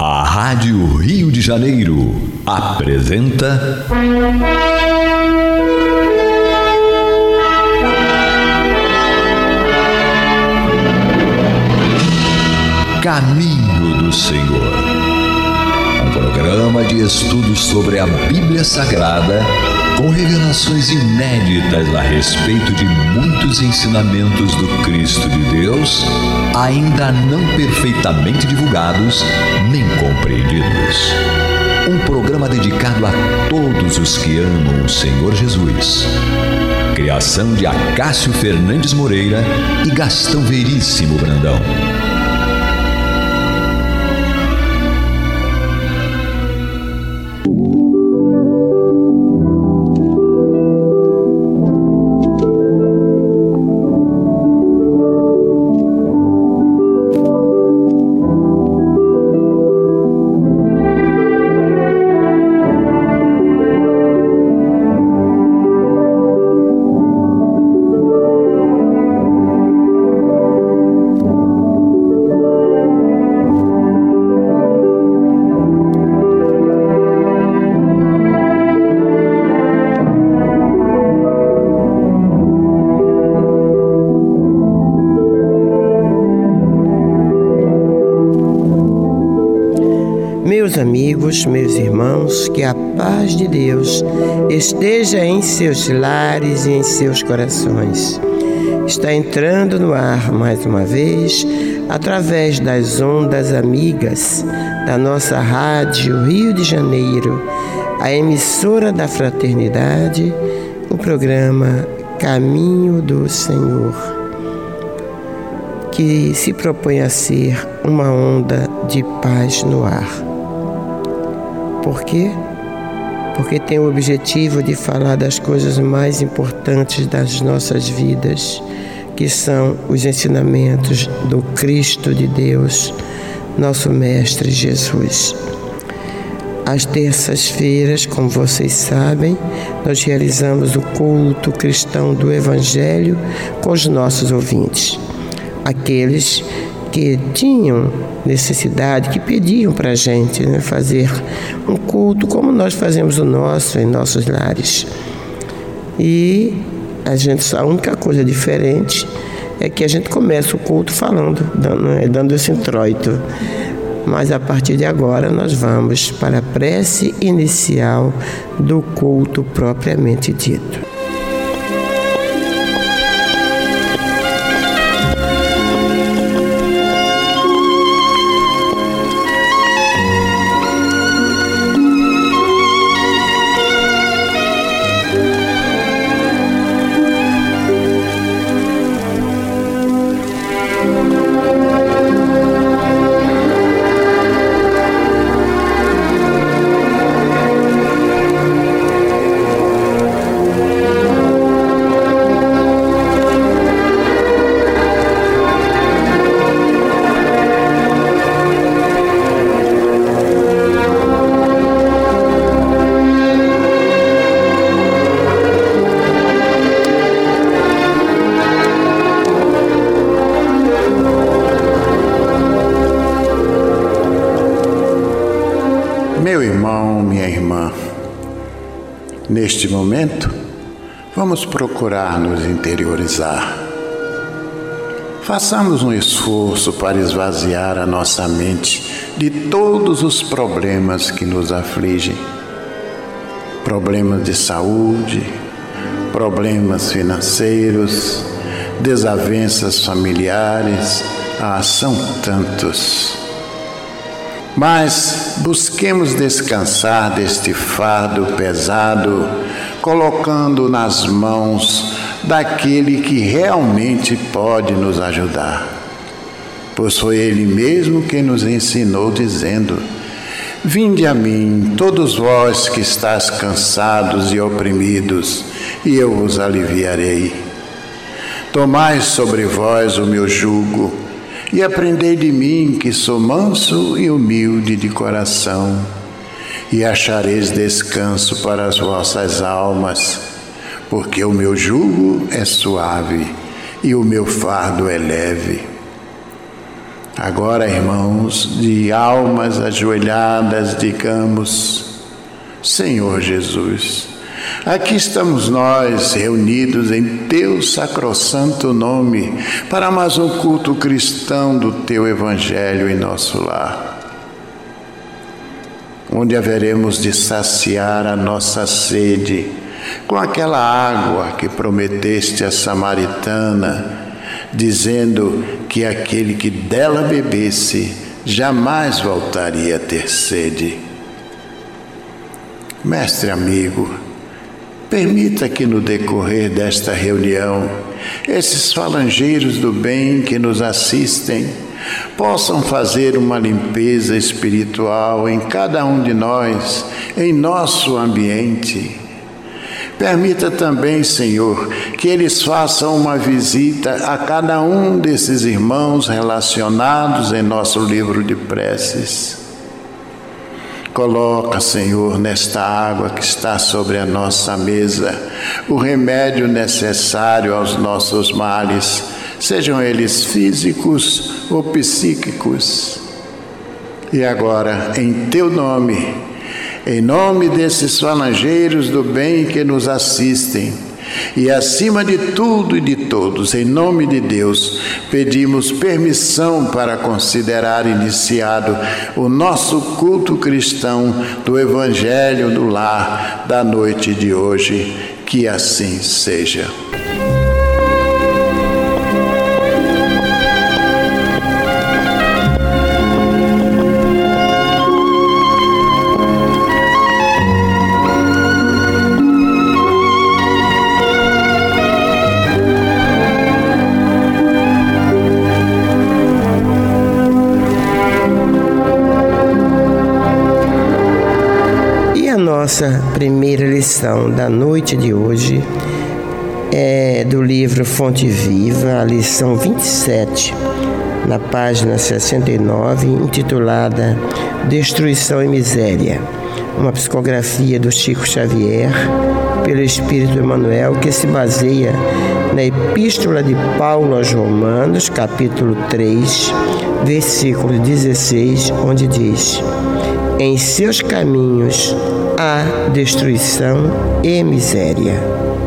A Rádio Rio de Janeiro apresenta Caminho do Senhor, um programa de estudos sobre a Bíblia Sagrada, com revelações inéditas a respeito de muitos ensinamentos do Cristo de Deus, ainda não perfeitamente divulgados nem compreendidos. Um programa dedicado a todos os que amam o Senhor Jesus. Criação de Acácio Fernandes Moreira e Gastão Veríssimo Brandão. Meus amigos, meus irmãos, que a paz de Deus esteja em seus lares e em seus corações. Está entrando no ar mais uma vez, através das ondas amigas da nossa Rádio Rio de Janeiro, a emissora da Fraternidade, o programa Caminho do Senhor, que se propõe a ser uma onda de paz no ar. Por quê? Porque tem o objetivo de falar das coisas mais importantes das nossas vidas, que são os ensinamentos do Cristo de Deus, nosso Mestre Jesus. Às terças-feiras, como vocês sabem, nós realizamos o culto cristão do Evangelho com os nossos ouvintes, aqueles que tinham necessidade, que pediam para a gente fazer um culto como nós fazemos o nosso em nossos lares. E a única coisa diferente é que a gente começa o culto falando, dando esse introito. Mas a partir de agora nós vamos para a prece inicial do culto propriamente dito. Meu irmão, minha irmã, neste momento, vamos procurar nos interiorizar. Façamos um esforço para esvaziar a nossa mente de todos os problemas que nos afligem. Problemas de saúde, problemas financeiros, desavenças familiares, são tantos. Mas busquemos descansar deste fardo pesado, colocando nas mãos daquele que realmente pode nos ajudar. Pois foi Ele mesmo quem nos ensinou, dizendo: Vinde a mim, todos vós que estáis cansados e oprimidos, e eu vos aliviarei. Tomai sobre vós o meu jugo, e aprendei de mim, que sou manso e humilde de coração, e achareis descanso para as vossas almas, porque o meu jugo é suave e o meu fardo é leve. Agora, irmãos, de almas ajoelhadas, digamos: Senhor Jesus, aqui estamos nós reunidos em Teu sacrossanto nome para mais um culto cristão do Teu Evangelho em nosso lar, onde haveremos de saciar a nossa sede com aquela água que prometeste à samaritana, dizendo que aquele que dela bebesse jamais voltaria a ter sede. Mestre amigo, permita que no decorrer desta reunião, esses falangeiros do bem que nos assistem possam fazer uma limpeza espiritual em cada um de nós, em nosso ambiente. Permita também, Senhor, que eles façam uma visita a cada um desses irmãos relacionados em nosso livro de preces. Coloca, Senhor, nesta água que está sobre a nossa mesa, o remédio necessário aos nossos males, sejam eles físicos ou psíquicos. E agora, em Teu nome, em nome desses falangeiros do bem que nos assistem, e acima de tudo e de todos, em nome de Deus, pedimos permissão para considerar iniciado o nosso culto cristão do Evangelho do Lar da noite de hoje. Que assim seja. Nossa primeira lição da noite de hoje é do livro Fonte Viva, a lição 27, na página 69, intitulada Destruição e Miséria, uma psicografia do Chico Xavier pelo Espírito Emmanuel, que se baseia na Epístola de Paulo aos Romanos, capítulo 3, versículo 16, onde diz: em seus caminhos há destruição e miséria.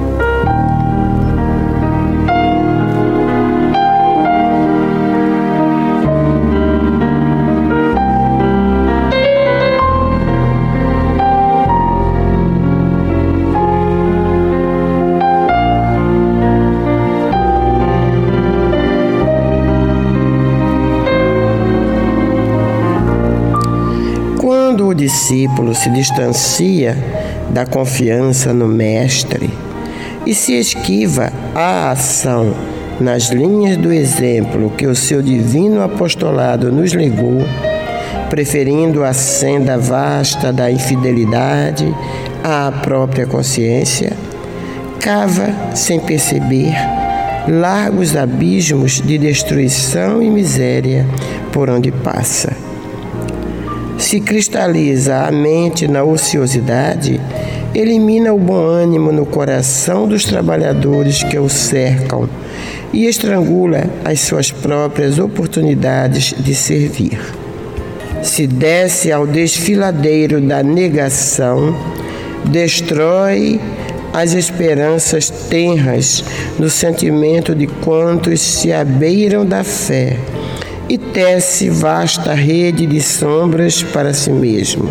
Quando o discípulo se distancia da confiança no Mestre e se esquiva à ação nas linhas do exemplo que o seu divino apostolado nos legou, preferindo a senda vasta da infidelidade à própria consciência, cava, sem perceber, largos abismos de destruição e miséria por onde passa. Se cristaliza a mente na ociosidade, elimina o bom ânimo no coração dos trabalhadores que o cercam e estrangula as suas próprias oportunidades de servir. Se desce ao desfiladeiro da negação, destrói as esperanças tenras no sentimento de quantos se abeiram da fé e tece vasta rede de sombras para si mesmo.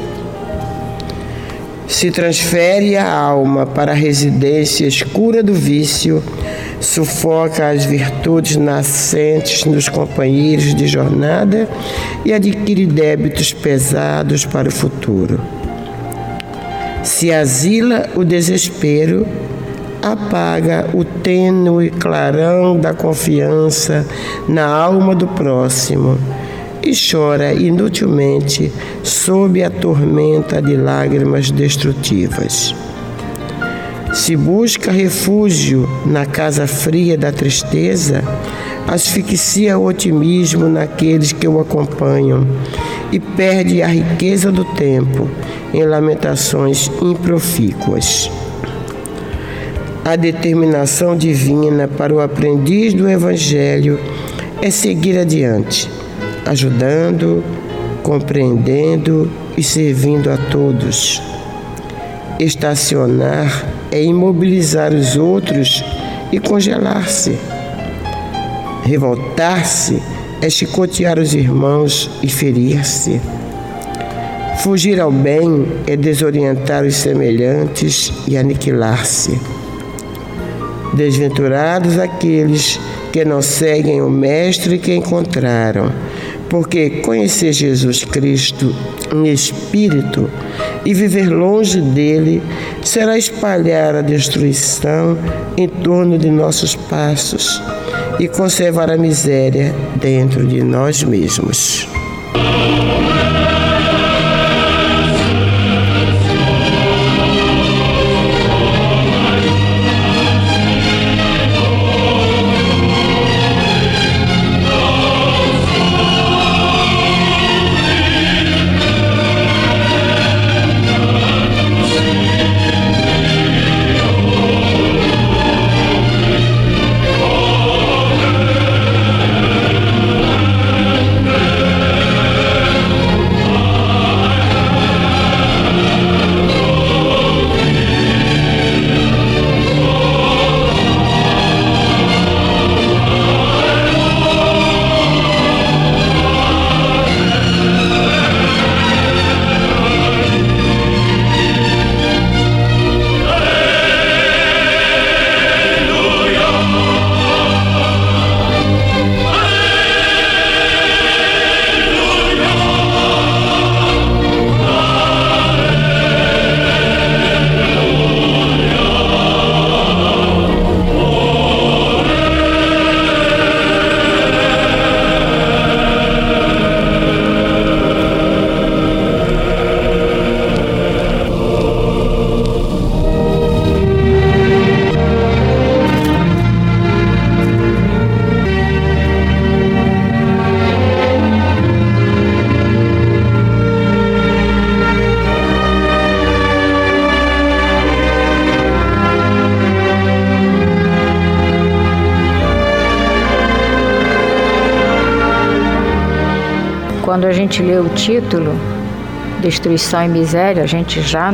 Se transfere a alma para a residência escura do vício, sufoca as virtudes nascentes nos companheiros de jornada e adquire débitos pesados para o futuro. Se asila o desespero, apaga o tênue clarão da confiança na alma do próximo e chora inutilmente sob a tormenta de lágrimas destrutivas. Se busca refúgio na casa fria da tristeza, asfixia o otimismo naqueles que o acompanham e perde a riqueza do tempo em lamentações improfícuas. A determinação divina para o aprendiz do Evangelho é seguir adiante, ajudando, compreendendo e servindo a todos. Estacionar é imobilizar os outros e congelar-se. Revoltar-se é chicotear os irmãos e ferir-se. Fugir ao bem é desorientar os semelhantes e aniquilar-se. Desventurados aqueles que não seguem o Mestre que encontraram, porque conhecer Jesus Cristo em espírito e viver longe dele será espalhar a destruição em torno de nossos passos e conservar a miséria dentro de nós mesmos. Quando a gente lê o título, Destruição e Miséria, a gente já,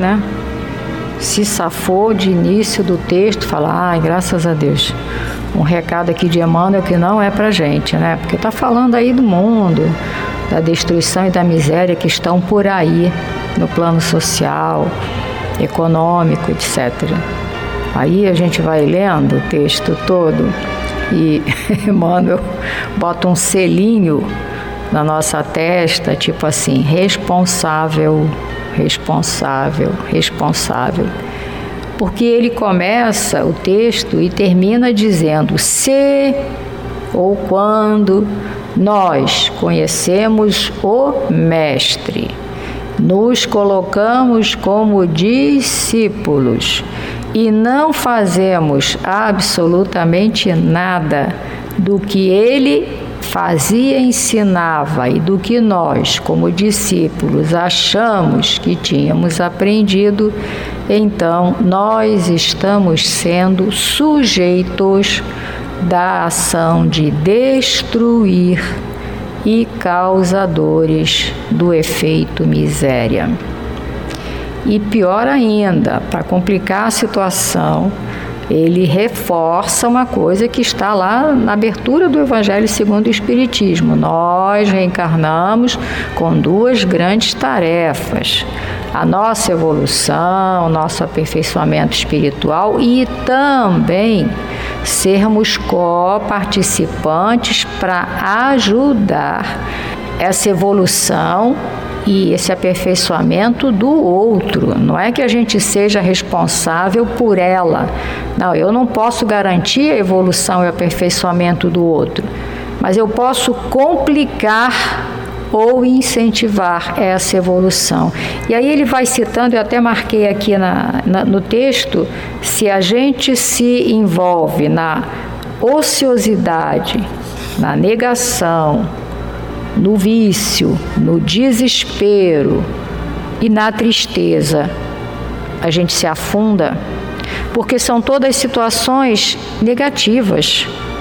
se safou de início do texto, fala, graças a Deus. Um recado aqui de Emmanuel que não é pra gente, Porque está falando aí do mundo, da destruição e da miséria que estão por aí, no plano social, econômico, etc. Aí a gente vai lendo o texto todo e Emmanuel bota um selinho na nossa testa, tipo assim, responsável, responsável, responsável. Porque ele começa o texto e termina dizendo: se ou quando nós conhecemos o Mestre, nos colocamos como discípulos e não fazemos absolutamente nada do que ele fazia, ensinava e do que nós, como discípulos, achamos que tínhamos aprendido, então nós estamos sendo sujeitos da ação de destruir e causadores do efeito miséria. E pior ainda, para complicar a situação, ele reforça uma coisa que está lá na abertura do Evangelho segundo o Espiritismo. Nós reencarnamos com duas grandes tarefas: a nossa evolução, o nosso aperfeiçoamento espiritual e também sermos co-participantes para ajudar essa evolução e esse aperfeiçoamento do outro. Não é que a gente seja responsável por ela. Não, eu não posso garantir a evolução e o aperfeiçoamento do outro, mas eu posso complicar ou incentivar essa evolução. E aí ele vai citando, eu até marquei aqui no texto, se a gente se envolve na ociosidade, na negação, no vício, no desespero e na tristeza, a gente se afunda, porque são todas situações negativas.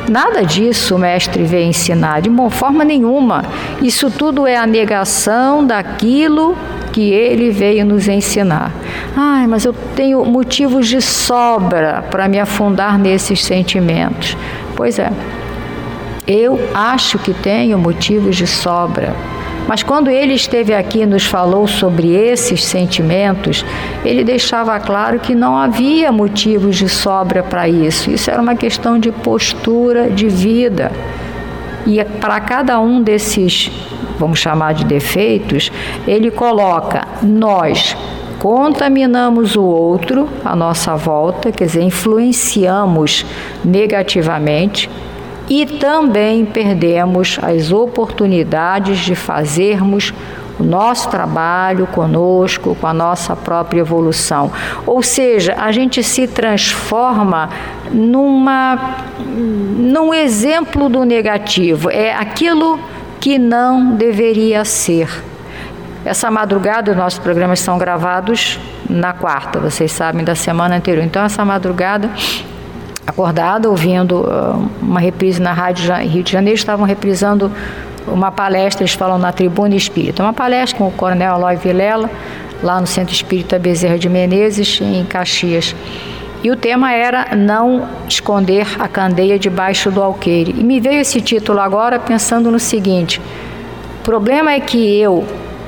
Nada disso o mestre veio ensinar, de forma nenhuma. Isso tudo é a negação daquilo que ele veio nos ensinar. Ai, mas eu tenho motivos de sobra para me afundar nesses sentimentos. Pois é, eu acho que tenho motivos de sobra. Mas quando ele esteve aqui e nos falou sobre esses sentimentos, ele deixava claro que não havia motivos de sobra para isso. Isso era uma questão de postura de vida. E para cada um desses, vamos chamar de defeitos, ele coloca: nós contaminamos o outro à nossa volta, quer dizer, influenciamos negativamente, e também perdemos as oportunidades de fazermos o nosso trabalho conosco, com a nossa própria evolução. Ou seja, a gente se transforma num exemplo do negativo. É aquilo que não deveria ser. Essa madrugada, os nossos programas são gravados na quarta, vocês sabem, da semana anterior. Então, essa madrugada, acordada, ouvindo uma reprise na Rádio Rio de Janeiro, estavam reprisando uma palestra, eles falam na Tribuna Espírita, uma palestra com o Coronel Aloy Vilela, lá no Centro Espírita Bezerra de Menezes, em Caxias. E o tema era não esconder a candeia debaixo do alqueire. E me veio esse título agora pensando no seguinte: o problema é que eu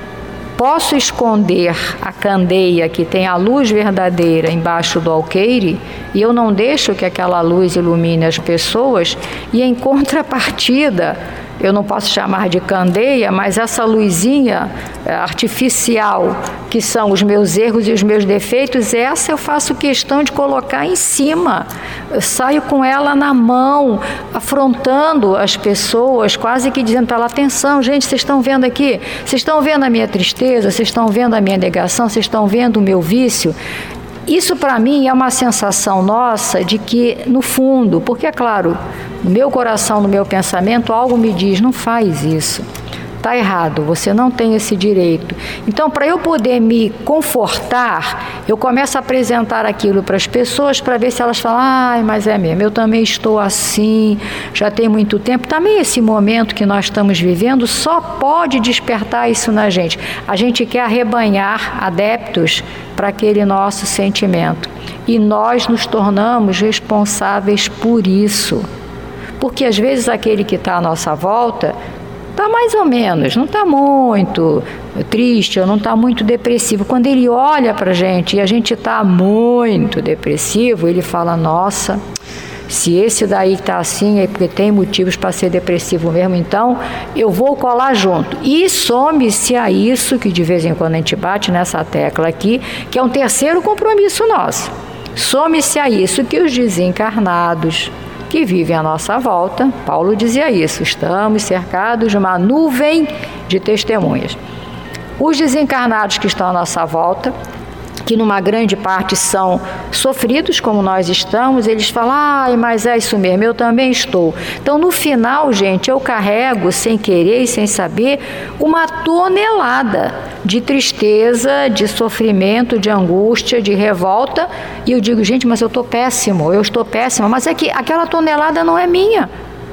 posso esconder a candeia que tem a luz verdadeira embaixo do alqueire e eu não deixo que aquela luz ilumine as pessoas, e em contrapartida, eu não posso chamar de candeia, mas essa luzinha artificial, que são os meus erros e os meus defeitos, essa eu faço questão de colocar em cima. Eu saio com ela na mão, afrontando as pessoas, quase que dizendo para ela: atenção, gente, vocês estão vendo aqui? Vocês estão vendo a minha tristeza? Vocês estão vendo a minha negação? Vocês estão vendo o meu vício? Isso, para mim, é uma sensação nossa de que, no fundo, porque, é claro, no meu coração, no meu pensamento, algo me diz: não faz isso, está errado, você não tem esse direito. Então, para eu poder me confortar, eu começo a apresentar aquilo para as pessoas para ver se elas falam: ai, mas é mesmo, eu também estou assim, já tem muito tempo. Também esse momento que nós estamos vivendo só pode despertar isso na gente. A gente quer arrebanhar adeptos para aquele nosso sentimento. E nós nos tornamos responsáveis por isso. Porque às vezes aquele que está à nossa volta está mais ou menos, não está muito triste ou não está muito depressivo. Quando ele olha para a gente e a gente está muito depressivo, ele fala: nossa, se esse daí está assim é porque tem motivos para ser depressivo mesmo, então eu vou colar junto. E some-se a isso, que de vez em quando a gente bate nessa tecla aqui, que é um terceiro compromisso nosso. Some-se a isso que os desencarnados que vivem à nossa volta, Paulo dizia isso: estamos cercados de uma nuvem de testemunhas. Os desencarnados que estão à nossa volta, que numa grande parte são sofridos como nós estamos, eles falam: ai, mas é isso mesmo, eu também estou. Então, no final, gente, eu carrego, sem querer e sem saber, uma tonelada de tristeza, de sofrimento, de angústia, de revolta, e eu digo: gente, mas eu estou péssima, mas é que aquela tonelada não é minha.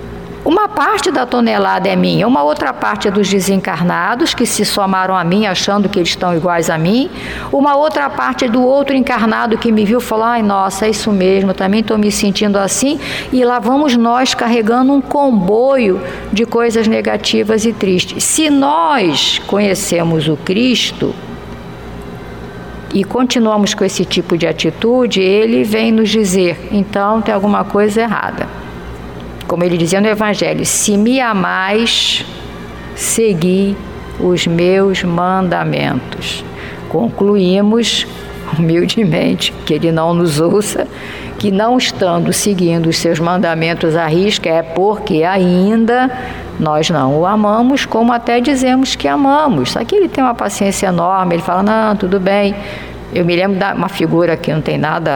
Uma parte da tonelada é minha, uma outra parte é dos desencarnados que se somaram a mim achando que eles estão iguais a mim, uma outra parte é do outro encarnado que me viu e falou: ai, nossa, é isso mesmo, eu também estou me sentindo assim, e lá vamos nós carregando um comboio de coisas negativas e tristes. Se nós conhecemos o Cristo e continuamos com esse tipo de atitude, ele vem nos dizer: então tem alguma coisa errada. Como ele dizia no Evangelho: se me amais, segui os meus mandamentos. Concluímos, humildemente, que ele não nos ouça, que não estando seguindo os seus mandamentos à risca é porque ainda nós não o amamos, como até dizemos que amamos. Aqui ele tem uma paciência enorme, ele fala: não, tudo bem. Eu me lembro de uma figura que não tem nada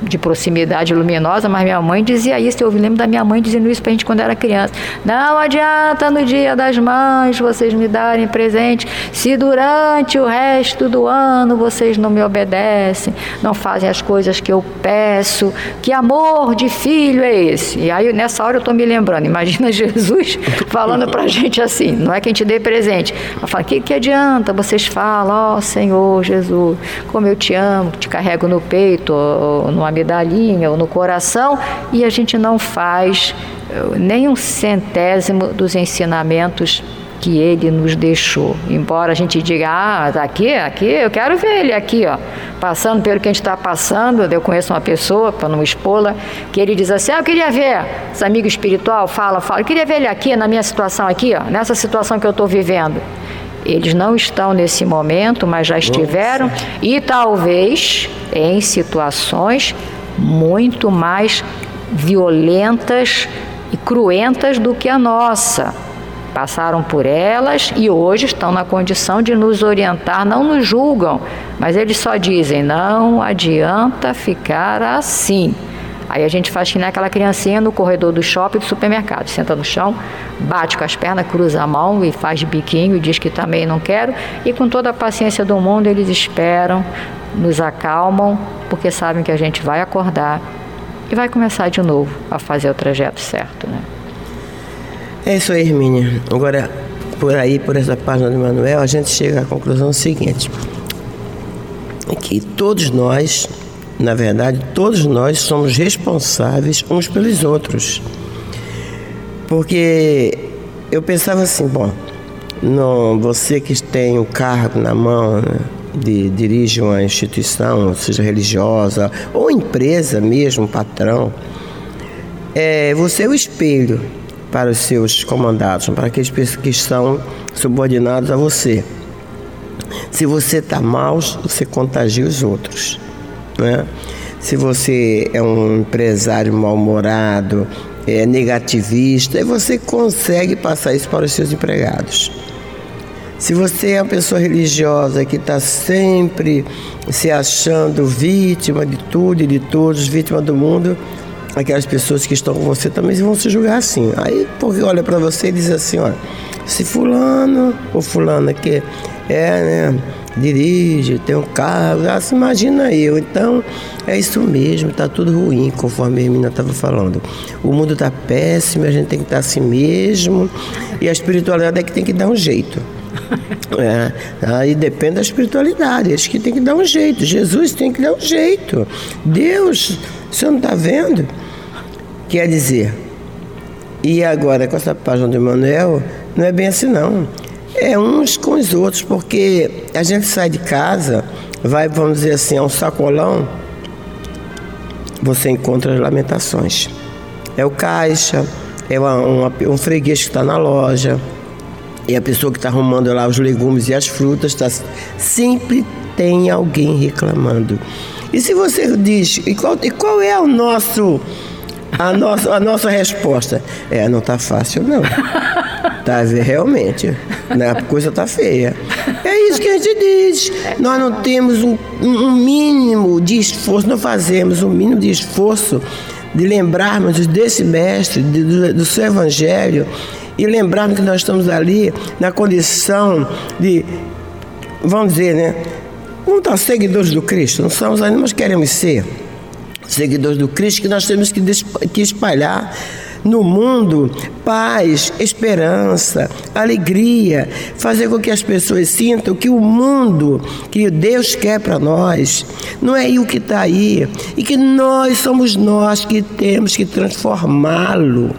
de proximidade luminosa, mas minha mãe dizia isso. Eu lembro da minha mãe dizendo isso pra gente quando era criança. Não adianta no Dia das Mães vocês me darem presente se durante o resto do ano vocês não me obedecem, não fazem as coisas que eu peço. Que amor de filho é esse? E aí nessa hora eu estou me lembrando, imagina Jesus falando pra gente assim, não é quem te dê presente. Ela fala, que adianta? Vocês falam, ó Senhor Jesus, como eu te amo, te carrego no peito, ou numa medalhinha, ou no coração, e a gente não faz nem 1/100º dos ensinamentos que ele nos deixou. Embora a gente diga, tá aqui, eu quero ver ele aqui, ó, passando pelo que a gente está passando. Eu conheço uma pessoa, para não expô-la, que ele diz assim, eu queria ver, esse amigo espiritual fala, eu queria ver ele aqui, na minha situação aqui, ó, nessa situação que eu estou vivendo. Eles não estão nesse momento, mas já estiveram, e talvez em situações muito mais violentas e cruentas do que a nossa. Passaram por elas e hoje estão na condição de nos orientar, não nos julgam, mas eles só dizem, não adianta ficar assim. Aí a gente faz que nem aquela criancinha no corredor do shopping, do supermercado, senta no chão, bate com as pernas, cruza a mão e faz biquinho, diz que também não quero, e com toda a paciência do mundo eles esperam, nos acalmam, porque sabem que a gente vai acordar e vai começar de novo a fazer o trajeto certo, né? É isso aí, Hermínia. Agora, por essa página do Manuel, a gente chega à conclusão seguinte, que todos nós, na verdade, todos nós somos responsáveis uns pelos outros. Porque eu pensava assim, você que tem um cargo na mão, né, dirige uma instituição, seja religiosa, ou empresa mesmo, patrão, você é o espelho para os seus comandados, para aqueles que estão subordinados a você. Se você está mal, você contagia os outros, né? Se você é um empresário mal-humorado, negativista, você consegue passar isso para os seus empregados. Se você é uma pessoa religiosa que está sempre se achando vítima de tudo e de todos, vítima do mundo, aquelas pessoas que estão com você também vão se julgar assim. Aí, porque olha para você e diz assim, olha, se fulano ou fulana que dirige, tem um carro, se imagina eu. Então, é isso mesmo, está tudo ruim, conforme a Hermínia estava falando. O mundo está péssimo, a gente tem que estar assim mesmo, e a espiritualidade é que tem que dar um jeito. Aí depende da espiritualidade, eles que tem que dar um jeito. Jesus tem que dar um jeito. Deus, o senhor não está vendo? Quer dizer, e agora com essa página do Manuel, não é bem assim não. É uns com os outros, porque a gente sai de casa, vai, vamos dizer assim, a um sacolão, você encontra as lamentações. É o caixa, é um freguês que está na loja, e a pessoa que está arrumando lá os legumes e as frutas, sempre tem alguém reclamando. E se você diz, e qual é a nossa resposta? Não está fácil não. Realmente, né? A coisa está feia. É isso que a gente diz. Nós não temos um mínimo de esforço, não fazemos um mínimo de esforço de lembrarmos desse mestre, do seu evangelho, e lembrarmos que nós estamos ali na condição de, vamos dizer, né? Não estar seguidores do Cristo, não somos ainda, mas queremos ser seguidores do Cristo, que nós temos que espalhar no mundo paz, esperança, alegria, fazer com que as pessoas sintam que o mundo que Deus quer para nós não é o que está aí, e que somos nós que temos que transformá-lo.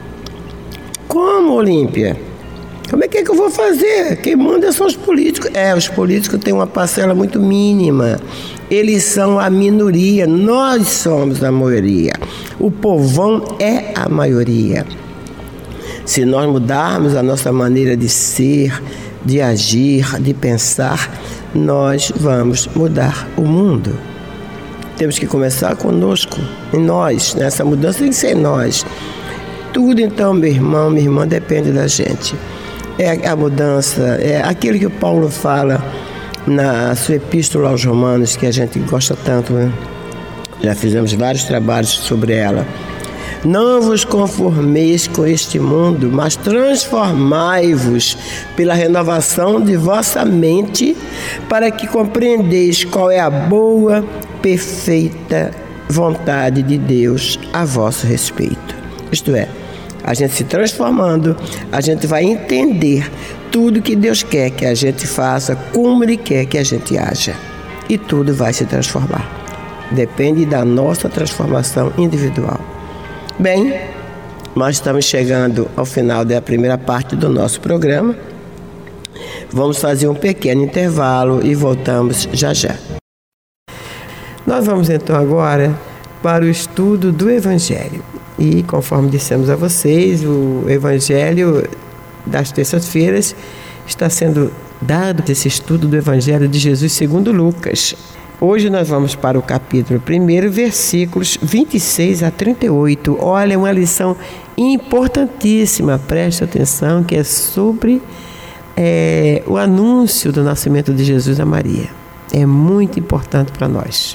Como, Olímpia? Como é que eu vou fazer? Quem manda são os políticos. Os políticos têm uma parcela muito mínima. Eles são a minoria, nós somos a maioria. O povão é a maioria. Se nós mudarmos a nossa maneira de ser, de agir, de pensar, nós vamos mudar o mundo. Temos que começar conosco, em nós. Essa mudança tem que ser em nós. Tudo, então, meu irmão, minha irmã, depende da gente. A mudança, aquilo que o Paulo fala na sua epístola aos Romanos, que a gente gosta tanto, né? Já fizemos vários trabalhos sobre ela. Não vos conformeis com este mundo, mas transformai-vos pela renovação de vossa mente, para que compreendeis qual é a boa, perfeita vontade de Deus a vosso respeito. Isto é, a gente se transformando, a gente vai entender tudo que Deus quer que a gente faça, como Ele quer que a gente haja. E tudo vai se transformar. Depende da nossa transformação individual. Bem, nós estamos chegando ao final da primeira parte do nosso programa. Vamos fazer um pequeno intervalo e voltamos já já. Nós vamos então agora para o estudo do Evangelho. E conforme dissemos a vocês, o Evangelho das terças-feiras está sendo dado esse estudo do Evangelho de Jesus segundo Lucas. Hoje nós vamos para o capítulo 1, versículos 26 a 38. Olha, uma lição importantíssima, preste atenção, que é sobre o anúncio do nascimento de Jesus a Maria. É muito importante para nós.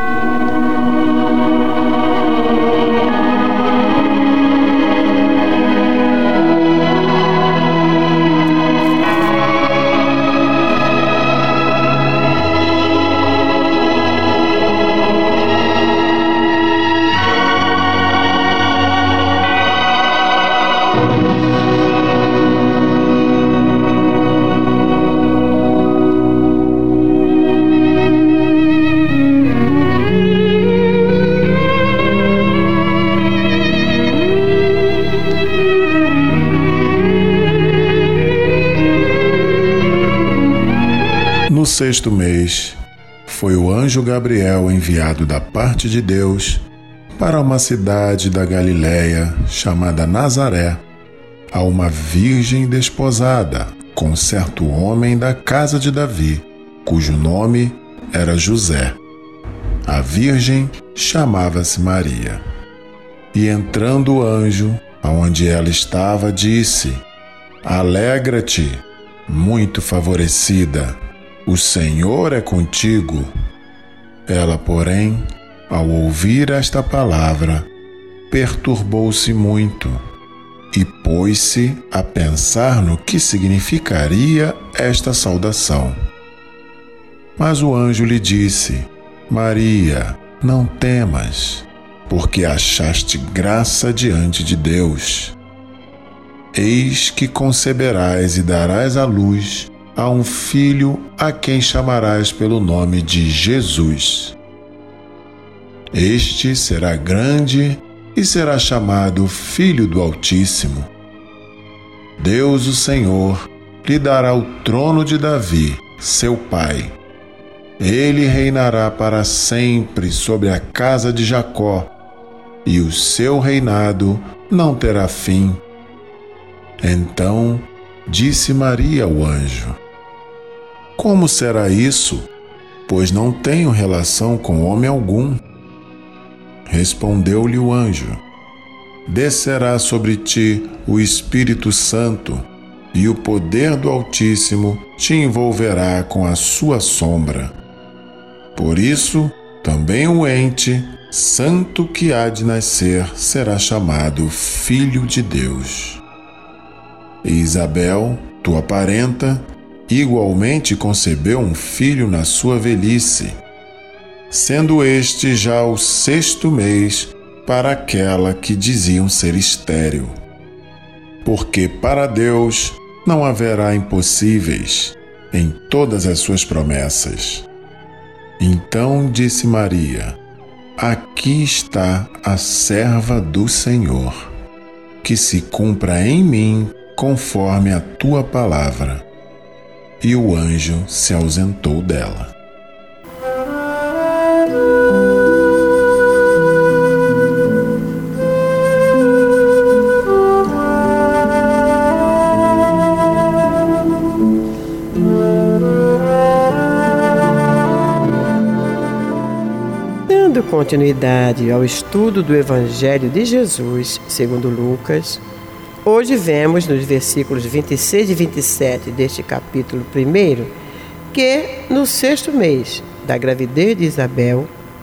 No 6º mês, foi o anjo Gabriel enviado da parte de Deus para uma cidade da Galiléia chamada Nazaré, a uma virgem desposada com certo homem da casa de Davi, cujo nome era José. A virgem chamava-se Maria. E entrando o anjo, aonde ela estava, disse: Alegra-te, muito favorecida, o Senhor é contigo. Ela, porém, ao ouvir esta palavra, perturbou-se muito e pôs-se a pensar no que significaria esta saudação. Mas o anjo lhe disse: Maria, não temas, porque achaste graça diante de Deus. Eis que conceberás e darás à luz a um filho a quem chamarás pelo nome de Jesus. Este será grande e será chamado Filho do Altíssimo. Deus, o Senhor, lhe dará o trono de Davi, seu pai. Ele reinará para sempre sobre a casa de Jacó, e o seu reinado não terá fim. Então disse Maria ao anjo: Como será isso? Pois não tenho relação com homem algum. Respondeu-lhe o anjo: Descerá sobre ti o Espírito Santo, e o poder do Altíssimo te envolverá com a sua sombra. Por isso, também o ente santo que há de nascer será chamado Filho de Deus. E Isabel, tua parenta, igualmente concebeu um filho na sua velhice, sendo este já o 6º mês para aquela que diziam ser estéril. Porque para Deus não haverá impossíveis em todas as suas promessas. Então disse Maria: Aqui está a serva do Senhor, que se cumpra em mim conforme a tua palavra. E o anjo se ausentou dela. Dando continuidade ao estudo do Evangelho de Jesus, segundo Lucas, hoje vemos nos versículos 26 e 27 deste capítulo 1 que, no 6º mês da gravidez de Isabel,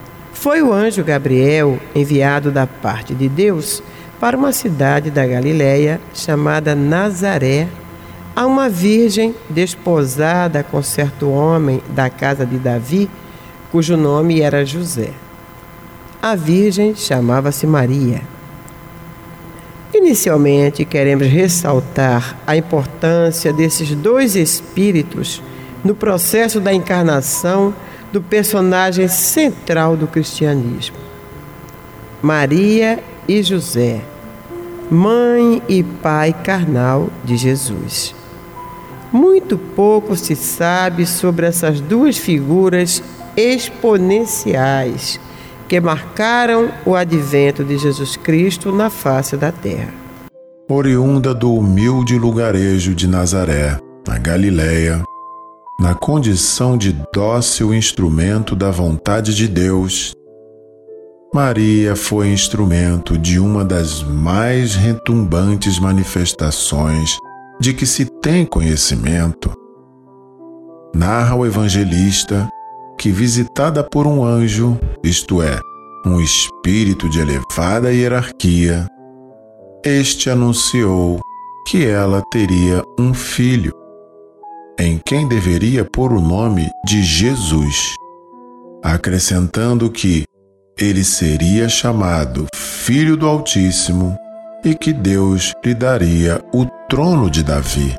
Foi o anjo Gabriel enviado da parte de Deus para uma cidade da Galileia chamada Nazaré, a uma virgem desposada com certo homem da casa de Davi, cujo nome era José. A virgem chamava-se Maria. Inicialmente, queremos ressaltar a importância desses dois espíritos no processo da encarnação do personagem central do cristianismo. Maria e José, mãe e pai carnal de Jesus. Muito pouco se sabe sobre essas duas figuras exponenciais que marcaram o advento de Jesus Cristo na face da terra. Oriunda do humilde lugarejo de Nazaré, na Galileia, na condição de dócil instrumento da vontade de Deus, Maria foi instrumento de uma das mais retumbantes manifestações de que se tem conhecimento. Narra o evangelista que, visitada por um anjo, isto é, um espírito de elevada hierarquia, este anunciou que ela teria um filho, em quem deveria pôr o nome de Jesus, acrescentando que ele seria chamado Filho do Altíssimo e que Deus lhe daria o trono de Davi.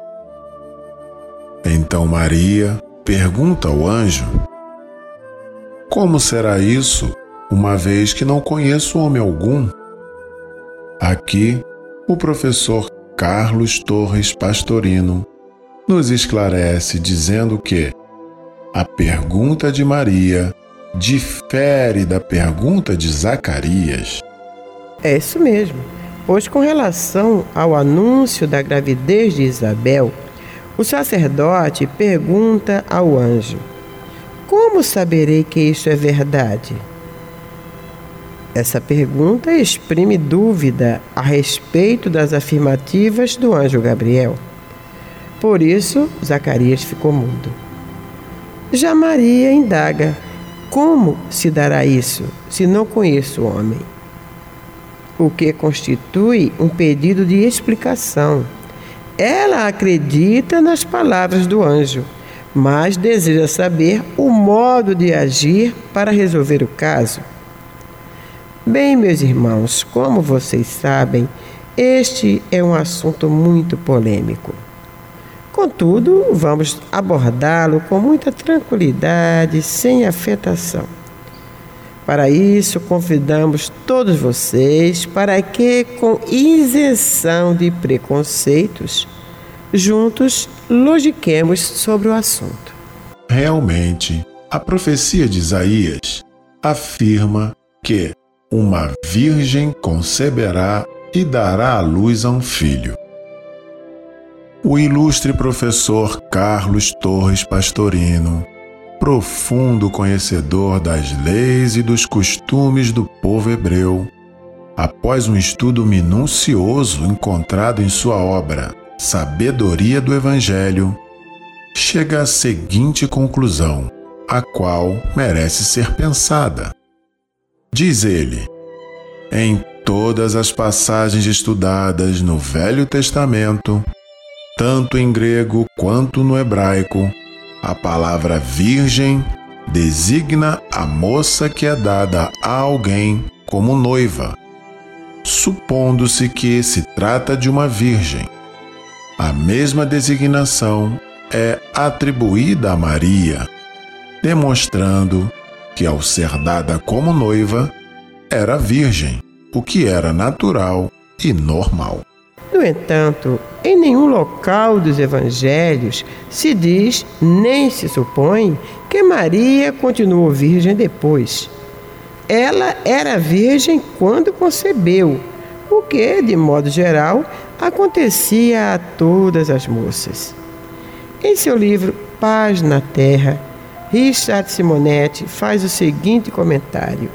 Então Maria pergunta ao anjo: como será isso, uma vez que não conheço homem algum? Aqui, o professor Carlos Torres Pastorino nos esclarece dizendo que a pergunta de Maria difere da pergunta de Zacarias. É isso mesmo, pois com relação ao anúncio da gravidez de Isabel, o sacerdote pergunta ao anjo: como saberei que isso é verdade? Essa pergunta exprime dúvida a respeito das afirmativas do anjo Gabriel. Por isso, Zacarias ficou mudo. Já Maria indaga: como se dará isso, se não conheço o homem? O que constitui um pedido de explicação. Ela acredita nas palavras do anjo, mas deseja saber o modo de agir para resolver o caso. Bem, meus irmãos, como vocês sabem, este é um assunto muito polêmico. Contudo, vamos abordá-lo com muita tranquilidade, sem afetação. Para isso, convidamos todos vocês para que, com isenção de preconceitos, juntos logiquemos sobre o assunto. Realmente, a profecia de Isaías afirma que uma virgem conceberá e dará à luz a um filho. O ilustre professor Carlos Torres Pastorino, profundo conhecedor das leis e dos costumes do povo hebreu, após um estudo minucioso encontrado em sua obra Sabedoria do Evangelho, chega à seguinte conclusão, a qual merece ser pensada. Diz ele: em todas as passagens estudadas no Velho Testamento, tanto em grego quanto no hebraico, a palavra virgem designa a moça que é dada a alguém como noiva, supondo-se que se trata de uma virgem. A mesma designação é atribuída a Maria, demonstrando que, ao ser dada como noiva, era virgem, o que era natural e normal. No entanto, em nenhum local dos evangelhos se diz, nem se supõe, que Maria continuou virgem depois. Ela era virgem quando concebeu, o que, de modo geral, acontecia a todas as moças. Em seu livro Paz na Terra, Richard Simonetti faz o seguinte comentário: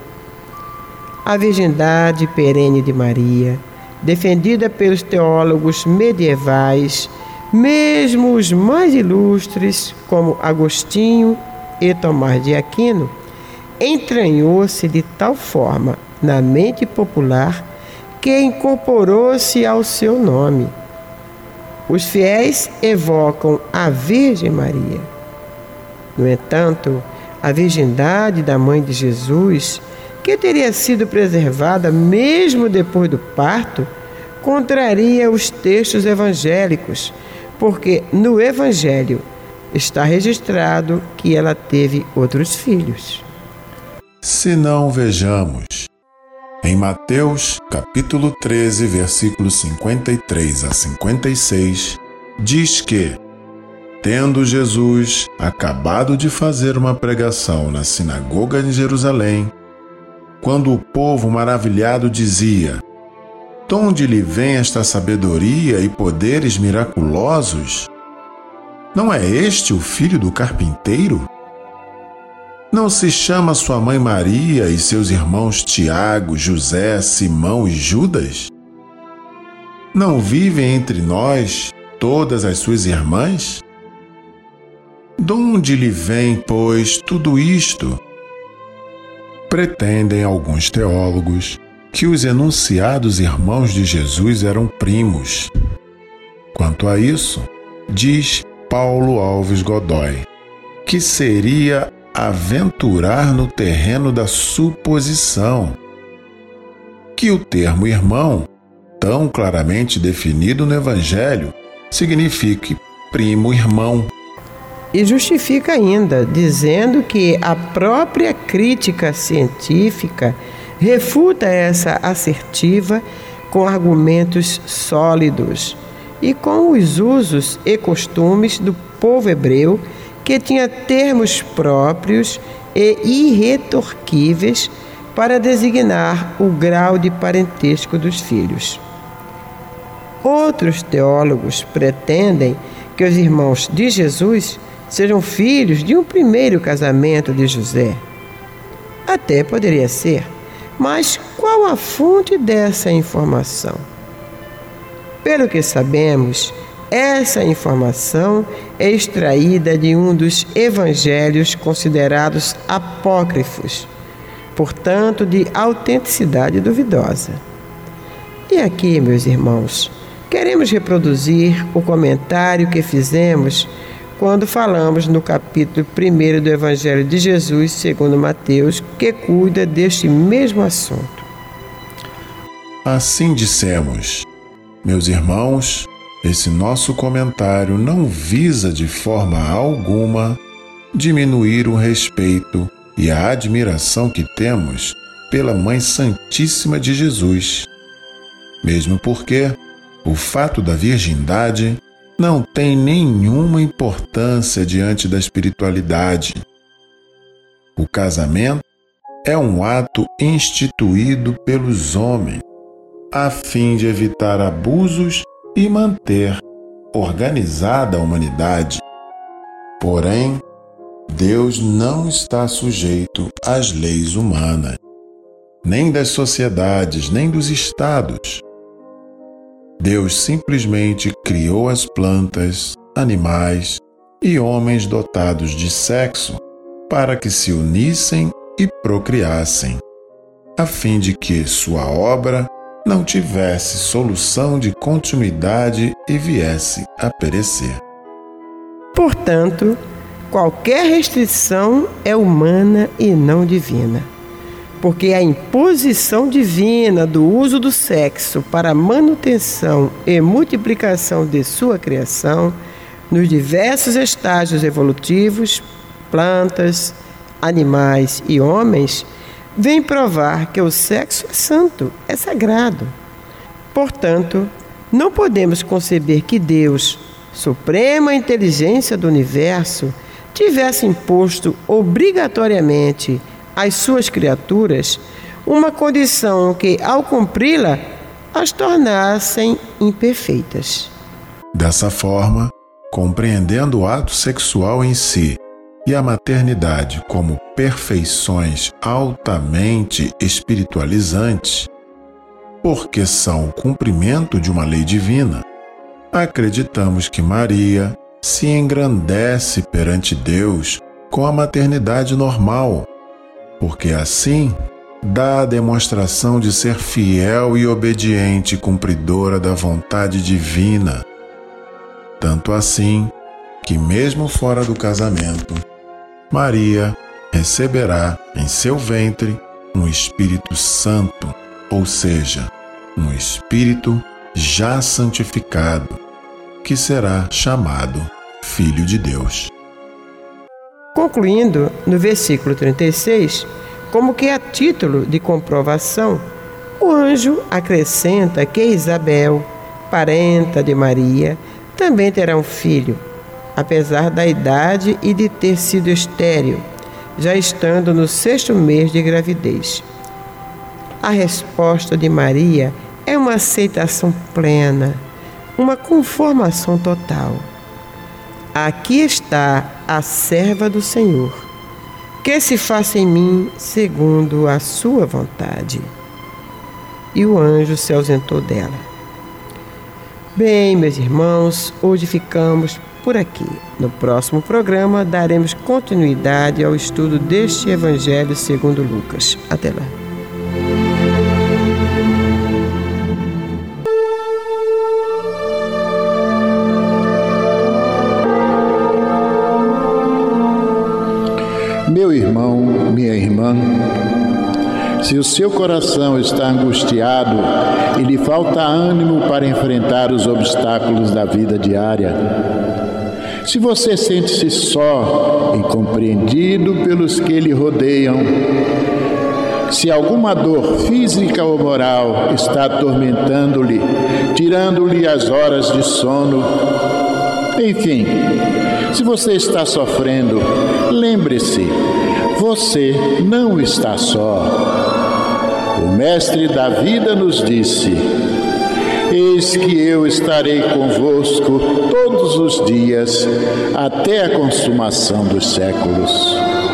a virgindade perene de Maria, defendida pelos teólogos medievais, mesmo os mais ilustres, como Agostinho e Tomás de Aquino, entranhou-se de tal forma na mente popular que incorporou-se ao seu nome. Os fiéis evocam a Virgem Maria. No entanto, a virgindade da mãe de Jesus, que teria sido preservada mesmo depois do parto, contraria os textos evangélicos, porque no Evangelho está registrado que ela teve outros filhos. Se não, vejamos. Em Mateus, capítulo 13, versículos 53 a 56, diz que, tendo Jesus acabado de fazer uma pregação na sinagoga em Jerusalém, quando o povo maravilhado dizia: "De onde lhe vem esta sabedoria e poderes miraculosos? Não é este o filho do carpinteiro? Não se chama sua mãe Maria e seus irmãos Tiago, José, Simão e Judas? Não vivem entre nós todas as suas irmãs? De onde lhe vem, pois, tudo isto?" Pretendem alguns teólogos que os enunciados irmãos de Jesus eram primos. Quanto a isso, diz Paulo Alves Godoy, que seria aventurar no terreno da suposição, que o termo irmão, tão claramente definido no Evangelho, signifique primo-irmão. E justifica ainda, dizendo que a própria crítica científica refuta essa assertiva com argumentos sólidos e com os usos e costumes do povo hebreu, que tinha termos próprios e irretorquíveis para designar o grau de parentesco dos filhos. Outros teólogos pretendem que os irmãos de Jesus sejam filhos de um primeiro casamento de José. Até poderia ser, mas qual a fonte dessa informação? Pelo que sabemos, essa informação é extraída de um dos evangelhos considerados apócrifos, portanto de autenticidade duvidosa. E aqui, meus irmãos, queremos reproduzir o comentário que fizemos quando falamos no capítulo 1 do Evangelho de Jesus, segundo Mateus, que cuida deste mesmo assunto. Assim dissemos: meus irmãos, esse nosso comentário não visa de forma alguma diminuir o respeito e a admiração que temos pela Mãe Santíssima de Jesus, mesmo porque o fato da virgindade não tem nenhuma importância diante da espiritualidade. O casamento é um ato instituído pelos homens, a fim de evitar abusos e manter organizada a humanidade. Porém, Deus não está sujeito às leis humanas, nem das sociedades, nem dos estados. Deus simplesmente criou as plantas, animais e homens dotados de sexo para que se unissem e procriassem, a fim de que sua obra não tivesse solução de continuidade e viesse a perecer. Portanto, qualquer restrição é humana e não divina, porque a imposição divina do uso do sexo para a manutenção e multiplicação de sua criação nos diversos estágios evolutivos, plantas, animais e homens, vem provar que o sexo é santo, é sagrado. Portanto, não podemos conceber que Deus, suprema inteligência do universo, tivesse imposto obrigatoriamente às suas criaturas uma condição que, ao cumpri-la, as tornassem imperfeitas. Dessa forma, compreendendo o ato sexual em si e a maternidade como perfeições altamente espiritualizantes, porque são o cumprimento de uma lei divina, acreditamos que Maria se engrandece perante Deus com a maternidade normal, porque assim dá a demonstração de ser fiel e obediente cumpridora da vontade divina. Tanto assim que, mesmo fora do casamento, Maria receberá em seu ventre um Espírito Santo, ou seja, um Espírito já santificado, que será chamado Filho de Deus. Concluindo, no versículo 36, como que a título de comprovação, o anjo acrescenta que Isabel, parenta de Maria, também terá um filho, apesar da idade e de ter sido estéril, já estando no 6º mês de gravidez. A resposta de Maria é uma aceitação plena, uma conformação total. Aqui está a serva do Senhor, que se faça em mim segundo a sua vontade. E o anjo se ausentou dela. Bem, meus irmãos, hoje ficamos por aqui. No próximo programa daremos continuidade ao estudo deste Evangelho segundo Lucas. Até lá. Meu irmão, minha irmã, se o seu coração está angustiado e lhe falta ânimo para enfrentar os obstáculos da vida diária, se você sente-se só, incompreendido pelos que lhe rodeiam, se alguma dor física ou moral está atormentando-lhe, tirando-lhe as horas de sono, enfim, se você está sofrendo, lembre-se, você não está só. O Mestre da vida nos disse: eis que eu estarei convosco todos os dias, até a consumação dos séculos.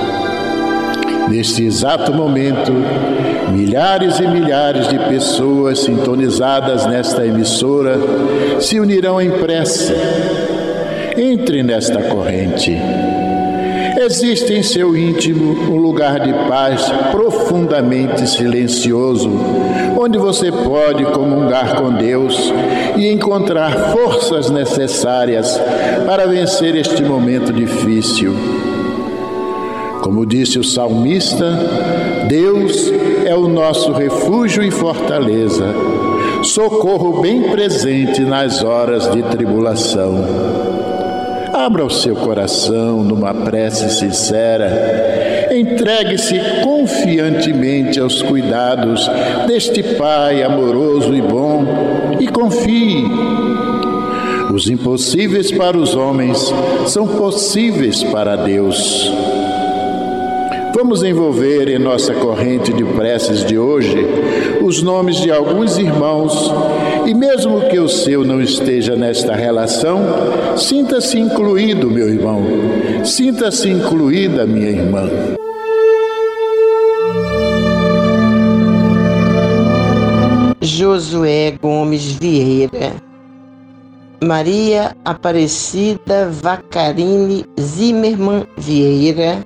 Neste exato momento, milhares e milhares de pessoas sintonizadas nesta emissora se unirão em prece. Entre nesta corrente. Existe em seu íntimo um lugar de paz profundamente silencioso, onde você pode comungar com Deus e encontrar forças necessárias para vencer este momento difícil. Como disse o salmista, Deus é o nosso refúgio e fortaleza, socorro bem presente nas horas de tribulação. Abra o seu coração numa prece sincera. Entregue-se confiantemente aos cuidados deste Pai amoroso e bom e confie. Os impossíveis para os homens são possíveis para Deus. Vamos envolver em nossa corrente de preces de hoje os nomes de alguns irmãos e mesmo que o seu não esteja nesta relação, sinta-se incluído, meu irmão. Sinta-se incluída, minha irmã. Josué Gomes Vieira, Maria Aparecida Vacarini Zimmermann Vieira,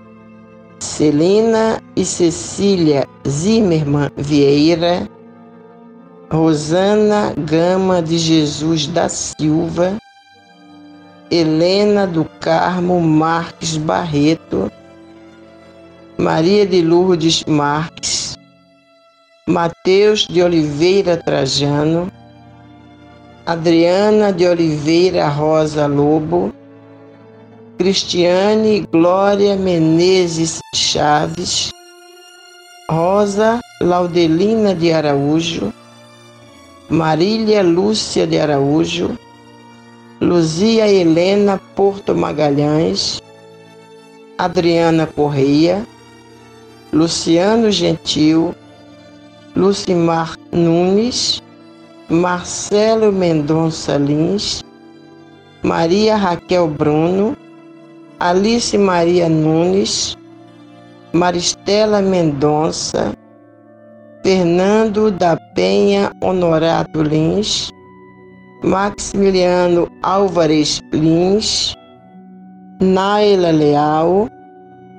Celina e Cecília Zimmermann Vieira, Rosana Gama de Jesus da Silva, Helena do Carmo Marques Barreto, Maria de Lourdes Marques, Mateus de Oliveira Trajano, Adriana de Oliveira Rosa Lobo, Cristiane Glória Menezes Chaves, Rosa Laudelina de Araújo, Marília Lúcia de Araújo, Luzia Helena Porto Magalhães, Adriana Correia, Luciano Gentil, Lucimar Nunes, Marcelo Mendonça Lins, Maria Raquel Bruno, Alice Maria Nunes, Maristela Mendonça, Fernando da Penha Honorato Lins, Maximiliano Álvares Lins, Naila Leal,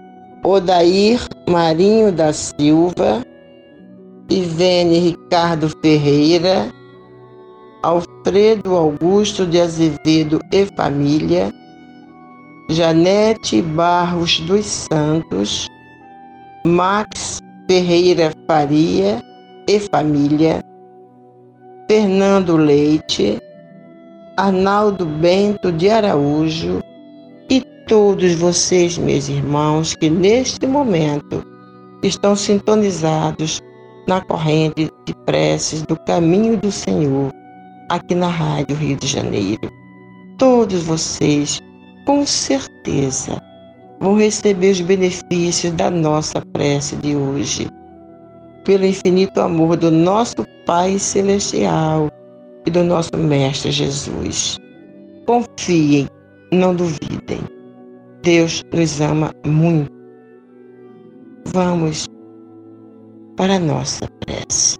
Odair Marinho da Silva, Ivene Ricardo Ferreira, Alfredo Augusto de Azevedo e família, Janete Barros dos Santos, Max Ferreira Faria e família, Fernando Leite, Arnaldo Bento de Araújo e todos vocês, meus irmãos, que neste momento estão sintonizados na corrente de preces do Caminho do Senhor, aqui na Rádio Rio de Janeiro. Todos vocês, com certeza, vão receber os benefícios da nossa prece de hoje, pelo infinito amor do nosso Pai Celestial e do nosso Mestre Jesus. Confiem, não duvidem. Deus nos ama muito. Vamos para a nossa prece.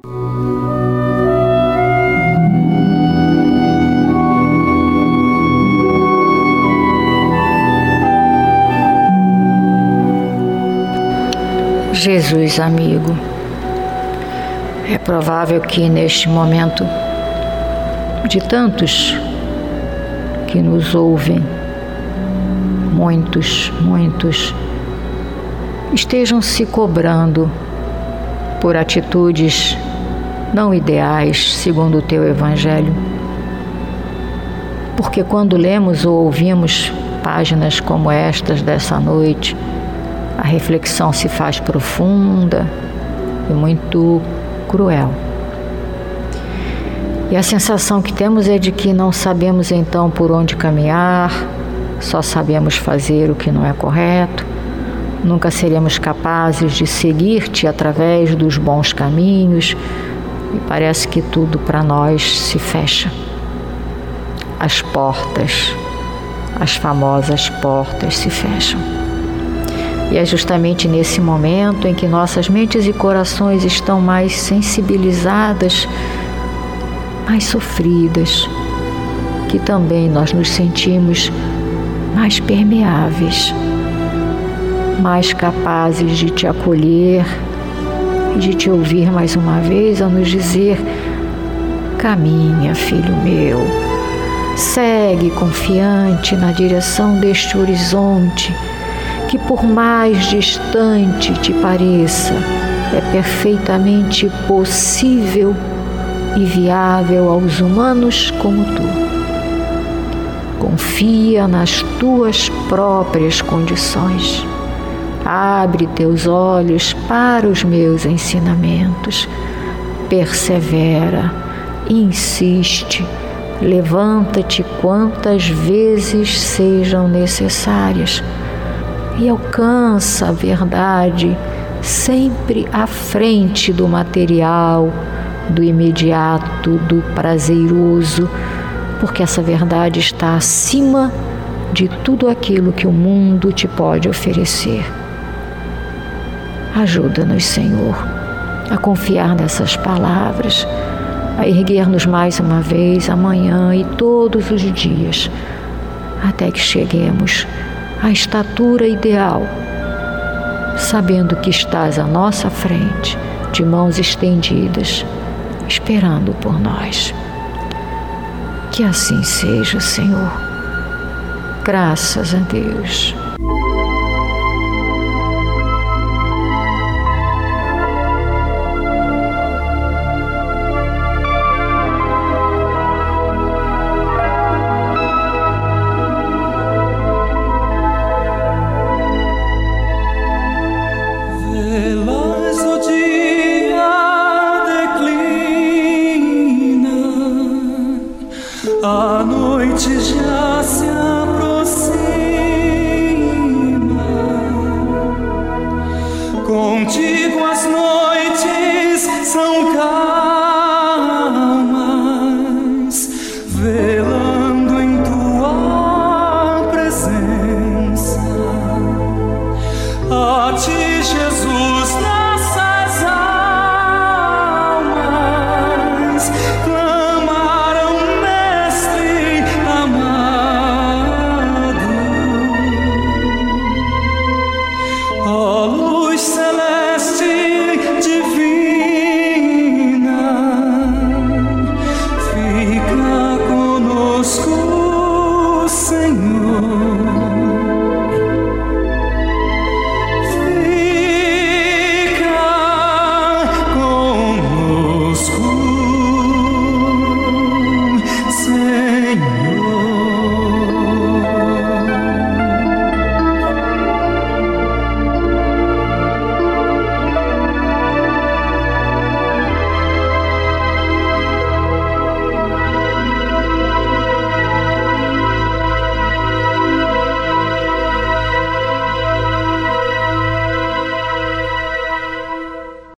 Jesus amigo, é provável que neste momento de tantos que nos ouvem, muitos estejam se cobrando por atitudes não ideais segundo o teu Evangelho. Porque quando lemos ou ouvimos páginas como estas dessa noite, a reflexão se faz profunda e muito cruel. E a sensação que temos é de que não sabemos então por onde caminhar, só sabemos fazer o que não é correto, nunca seremos capazes de seguir-te através dos bons caminhos e parece que tudo para nós se fecha. As portas, as famosas portas se fecham. E é justamente nesse momento em que nossas mentes e corações estão mais sensibilizadas, mais sofridas, que também nós nos sentimos mais permeáveis, mais capazes de te acolher e de te ouvir mais uma vez a nos dizer: caminha, filho meu, segue confiante na direção deste horizonte, que por mais distante te pareça, é perfeitamente possível e viável aos humanos como tu. Confia nas tuas próprias condições. Abre teus olhos para os meus ensinamentos. Persevera, insiste, levanta-te quantas vezes sejam necessárias e alcança a verdade sempre à frente do material, do imediato, do prazeroso, porque essa verdade está acima de tudo aquilo que o mundo te pode oferecer. Ajuda-nos, Senhor, a confiar nessas palavras, a erguer-nos mais uma vez amanhã e todos os dias, até que cheguemos à estatura ideal, sabendo que estás à nossa frente, de mãos estendidas, esperando por nós. Que assim seja, Senhor. Graças a Deus. A noite já se aproxima, contigo as noites são calmas, velando em tua presença. A ti, Jesus,